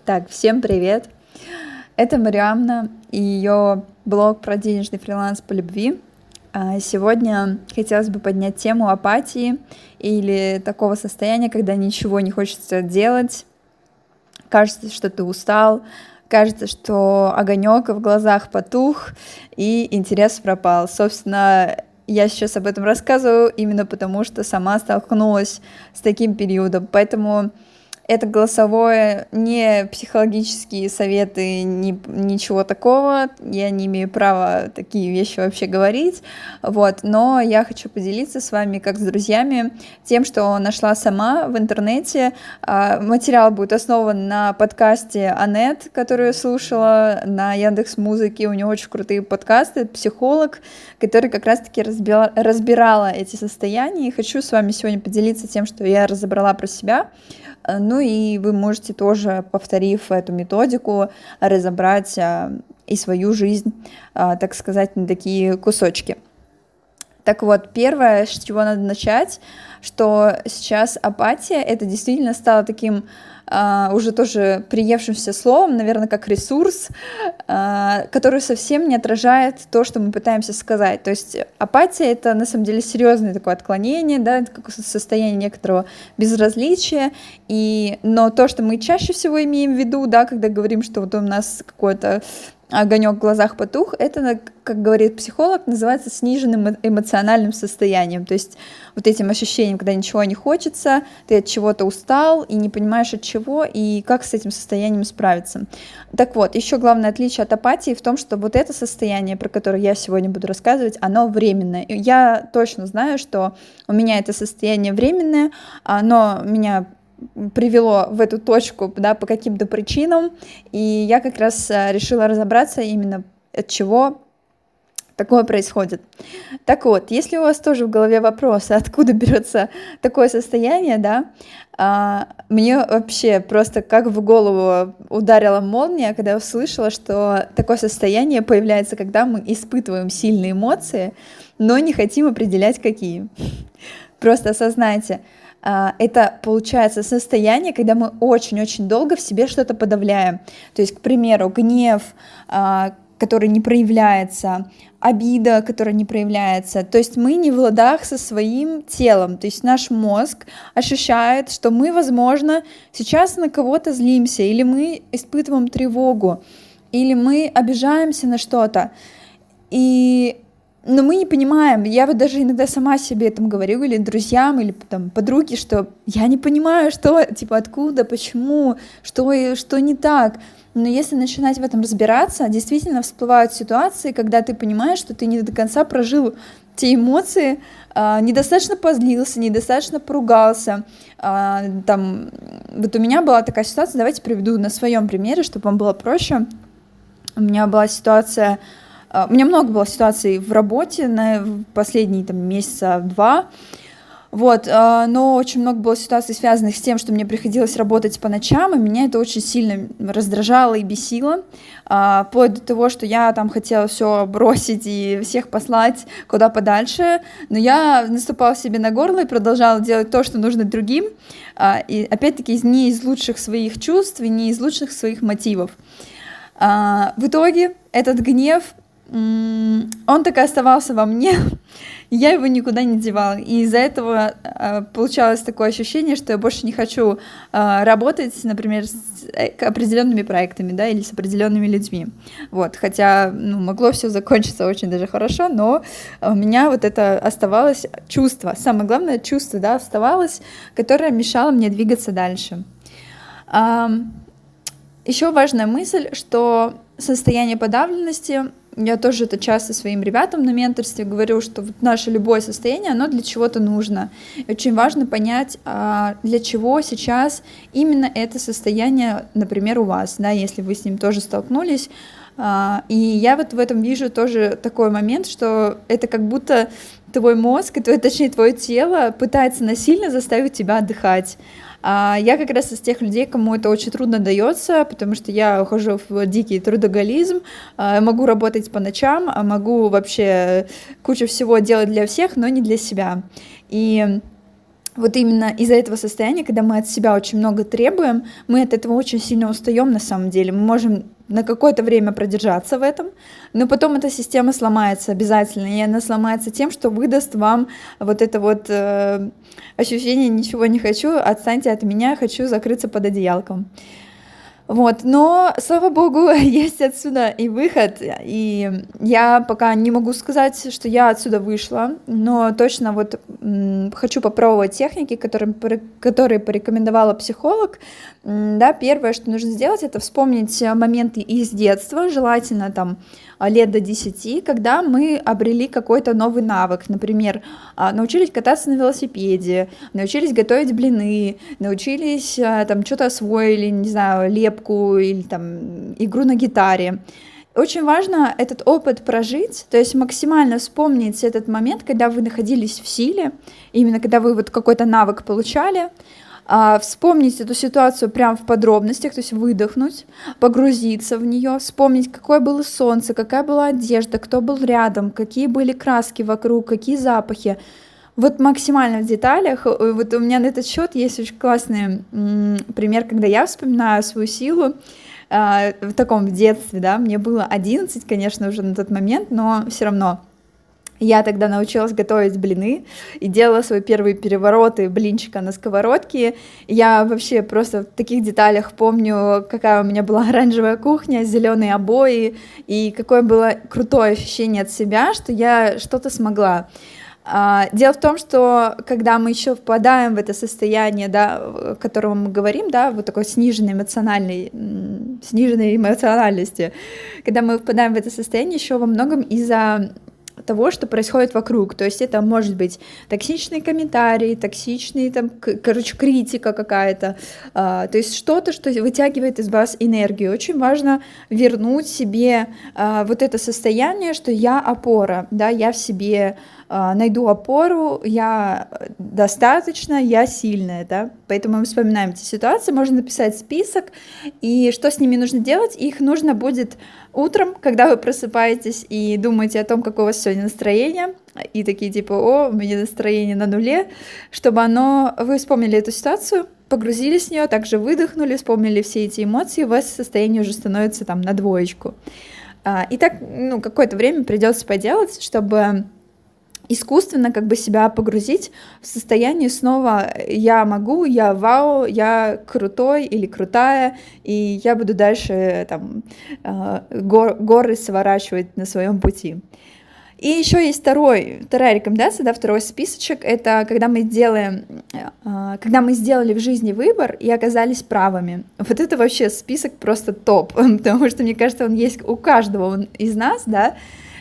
Так, всем привет! Это Мариамна и ее блог про денежный фриланс по любви. Сегодня хотелось бы поднять тему апатии или такого состояния, когда ничего не хочется делать, кажется, что ты устал, кажется, что огонек в глазах потух и интерес пропал. Собственно, я сейчас об этом рассказываю именно потому, что сама столкнулась с таким периодом, поэтому это голосовое, не психологические советы, ничего такого. Я не имею права такие вещи вообще говорить. Но я хочу поделиться с вами, как с друзьями, тем, что нашла сама в интернете. Материал будет основан на подкасте Анет, которую я слушала на Яндекс.Музыке. У нее очень крутые подкасты. Это психолог, который как раз-таки разбирала эти состояния. И хочу с вами сегодня поделиться тем, что я разобрала про себя. Ну и вы можете тоже, повторив эту методику, разобрать и свою жизнь, так сказать, на такие кусочки. Так вот, первое, с чего надо начать, что сейчас апатия, это действительно стало таким уже тоже приевшимся словом, наверное, как ресурс, который совсем не отражает то, что мы пытаемся сказать. То есть апатия — это на самом деле серьезное такое отклонение, да, это как состояние некоторого безразличия, но то, что мы чаще всего имеем в виду, да, когда говорим, что вот у нас какой-то огонек в глазах потух, это, как говорит психолог, называется сниженным эмоциональным состоянием, то есть вот этим ощущением, когда ничего не хочется, ты от чего-то устал и не понимаешь от чего, и как с этим состоянием справиться. Так вот, еще главное отличие от апатии в том, что вот это состояние, про которое я сегодня буду рассказывать, оно временное. Я точно знаю, что у меня это состояние временное, оно меня привело в эту точку, да, по каким-то причинам, и я как раз решила разобраться именно от чего такое происходит. Так вот, если у вас тоже в голове вопрос, откуда берется такое состояние, да, мне вообще просто как в голову ударила молния, когда я услышала, что такое состояние появляется, когда мы испытываем сильные эмоции, но не хотим определять, какие. Просто осознайте, это получается состояние, когда мы очень-очень долго в себе что-то подавляем. То есть, к примеру, гнев, который не проявляется, обида, которая не проявляется. То есть мы не в ладах со своим телом. То есть наш мозг ощущает, что мы, возможно, сейчас на кого-то злимся, или мы испытываем тревогу, или мы обижаемся на что-то. Но мы не понимаем, я вот даже иногда сама себе там говорю, или друзьям, или там подруге, что я не понимаю, что, типа, откуда, почему, что не так. Но если начинать в этом разбираться, действительно всплывают ситуации, когда ты понимаешь, что ты не до конца прожил те эмоции, недостаточно позлился, недостаточно поругался. Вот у меня была такая ситуация, давайте приведу на своем примере, чтобы вам было проще. У меня много было ситуаций в работе на последние месяца 2, но очень много было ситуаций, связанных с тем, что мне приходилось работать по ночам, и меня это очень сильно раздражало и бесило, вплоть до того, что я там хотела все бросить и всех послать куда подальше, но я наступала себе на горло и продолжала делать то, что нужно другим, и опять-таки не из лучших своих чувств и не из лучших своих мотивов. В итоге этот гнев, он так и оставался во мне, я его никуда не девала, и из-за этого получалось такое ощущение, что я больше не хочу работать, например, с определенными проектами, да, или с определенными людьми, хотя могло все закончиться очень даже хорошо, но у меня вот это оставалось чувство, самое главное чувство, да, оставалось, которое мешало мне двигаться дальше. Еще важная мысль, что состояние подавленности, я тоже это часто своим ребятам на менторстве говорю, что вот наше любое состояние, оно для чего-то нужно. И очень важно понять, для чего сейчас именно это состояние, например, у вас, да, если вы с ним тоже столкнулись. И я вот в этом вижу тоже такой момент, что это как будто твой мозг, точнее твое тело пытается насильно заставить тебя отдыхать. Я как раз из тех людей, кому это очень трудно дается, потому что я ухожу в дикий трудоголизм, могу работать по ночам, могу вообще кучу всего делать для всех, но не для себя. И вот именно из-за этого состояния, когда мы от себя очень много требуем, мы от этого очень сильно устаем на самом деле. Мы можем на какое-то время продержаться в этом, но потом эта система сломается обязательно, и она сломается тем, что выдаст вам вот это вот ощущение «ничего не хочу, отстаньте от меня, хочу закрыться под одеялком». Вот, но, слава богу, есть отсюда и выход, и я пока не могу сказать, что я отсюда вышла, но точно вот хочу попробовать техники, которые порекомендовала психолог. Да, первое, что нужно сделать, это вспомнить моменты из детства, желательно там лет до 10, когда мы обрели какой-то новый навык, например, научились кататься на велосипеде, научились готовить блины, научились там что-то освоили, не знаю, лепку или там игру на гитаре. Очень важно этот опыт прожить, то есть максимально вспомнить этот момент, когда вы находились в силе, именно когда вы вот какой-то навык получали, вспомнить эту ситуацию прям в подробностях, то есть выдохнуть, погрузиться в нее, вспомнить, какое было солнце, какая была одежда, кто был рядом, какие были краски вокруг, какие запахи. Вот максимально в деталях. Вот у меня на этот счет есть очень классный пример, когда я вспоминаю свою силу в таком детстве, да, мне было 11, конечно, уже на тот момент, но все равно. Я тогда научилась готовить блины и делала свои первые перевороты блинчика на сковородке. Я вообще просто в таких деталях помню, какая у меня была оранжевая кухня, зеленые обои, и какое было крутое ощущение от себя, что я что-то смогла. Дело в том, что когда мы еще впадаем в это состояние, да, о котором мы говорим, да, вот такой сниженной эмоциональности, когда мы впадаем в это состояние еще во многом из-за того, что происходит вокруг, то есть это может быть токсичные комментарии, токсичные, там, критика какая-то, то есть что-то, что вытягивает из вас энергию. Очень важно вернуть себе вот это состояние, что я опора, да, я в себе найду опору, я достаточно, я сильная, да, поэтому мы вспоминаем эти ситуации, можно написать список, и что с ними нужно делать, их нужно будет утром, когда вы просыпаетесь и думаете о том, какое у вас сегодня настроение, и такие типа, о, у меня настроение на нуле, чтобы вы вспомнили эту ситуацию, погрузились в нее, также выдохнули, вспомнили все эти эмоции, у вас состояние уже становится там на 2. И так, какое-то время придется поделать, чтобы искусственно как бы себя погрузить в состояние снова «я могу», «я вау», «я крутой» или «крутая», и я буду дальше там горы сворачивать на своем пути. И еще есть вторая рекомендация, да, второй списочек, это когда мы сделали в жизни выбор и оказались правыми. Вот это вообще список просто топ, потому что, мне кажется, он есть у каждого из нас, да,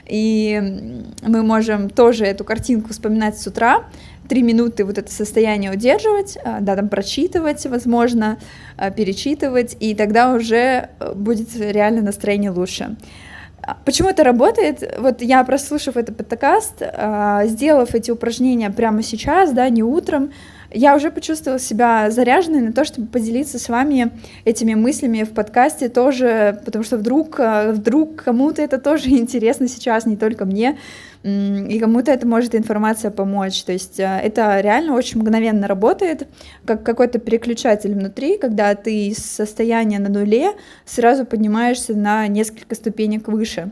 и мы можем тоже эту картинку вспоминать с утра, 3 минуты вот это состояние удерживать, да, там прочитывать, возможно, перечитывать, и тогда уже будет реально настроение лучше. Почему это работает? Вот я, прослушав этот подкаст, сделав эти упражнения прямо сейчас, да, не утром, я уже почувствовала себя заряженной на то, чтобы поделиться с вами этими мыслями в подкасте тоже, потому что вдруг кому-то это тоже интересно сейчас, не только мне, и кому-то это может информация помочь. То есть это реально очень мгновенно работает, как какой-то переключатель внутри, когда ты из состояния на нуле сразу поднимаешься на несколько ступенек выше.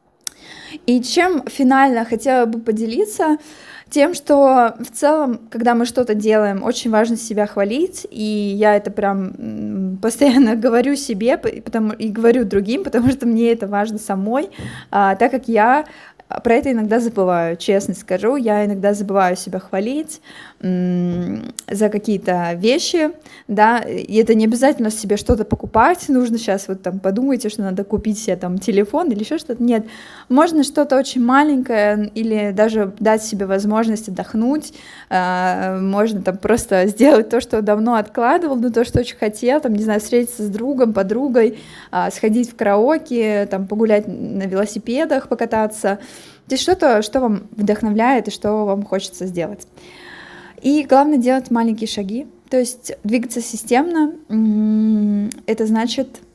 И чем финально хотела бы поделиться, тем, что в целом, когда мы что-то делаем, очень важно себя хвалить, и я это прям постоянно говорю себе и говорю другим, потому что мне это важно самой, так как я про это иногда забываю, честно скажу, я иногда забываю себя хвалить за какие-то вещи, да, и это не обязательно себе что-то покупать, нужно сейчас вот там подумайте, что надо купить себе там телефон или еще что-то, нет, можно что-то очень маленькое или даже дать себе возможность отдохнуть, можно там просто сделать то, что давно откладывал, но то, что очень хотел, там, не знаю, встретиться с другом, подругой, сходить в караоке, там, погулять на велосипедах, покататься, то есть что-то, что вам вдохновляет и что вам хочется сделать. И главное делать маленькие шаги, то есть двигаться системно, это значит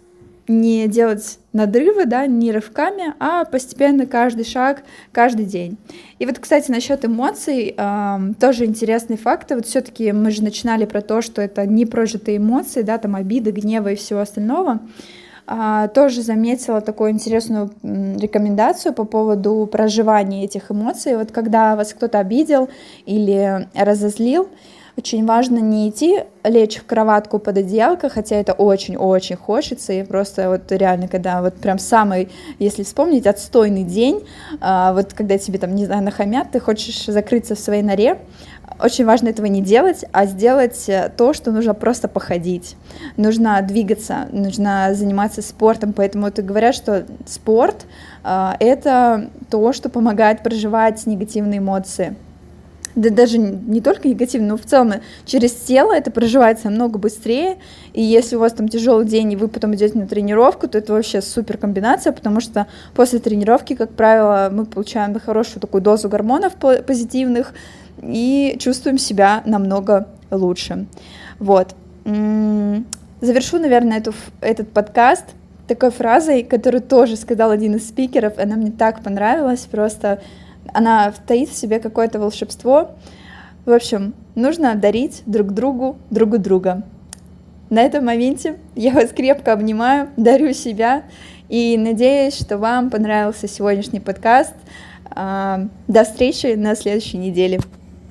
не делать надрывы, да, не рывками, а постепенно каждый шаг, каждый день. И вот, кстати, насчет эмоций, тоже интересный факт. Вот все-таки мы же начинали про то, что это непрожитые эмоции, да, там обиды, гнева и всего остального. Тоже заметила такую интересную рекомендацию по поводу проживания этих эмоций. Вот когда вас кто-то обидел или разозлил, очень важно не идти лечь в кроватку под одеялко, хотя это очень-очень хочется, и просто вот реально, когда вот прям самый, если вспомнить, отстойный день, вот когда тебе там, не знаю, нахамят, ты хочешь закрыться в своей норе, очень важно этого не делать, а сделать то, что нужно просто походить. Нужно двигаться, нужно заниматься спортом, поэтому вот и говорят, что спорт — это то, что помогает проживать негативные эмоции. Да даже не только негативно, но в целом через тело это проживается намного быстрее, и если у вас там тяжелый день, и вы потом идете на тренировку, то это вообще супер комбинация, потому что после тренировки, как правило, мы получаем хорошую такую дозу гормонов позитивных и чувствуем себя намного лучше. Вот. Завершу, наверное, этот подкаст такой фразой, которую тоже сказал один из спикеров, она мне так понравилась, просто она таит в себе какое-то волшебство. В общем, нужно дарить друг другу друга. На этом моменте я вас крепко обнимаю, дарю себя и надеюсь, что вам понравился сегодняшний подкаст. До встречи на следующей неделе.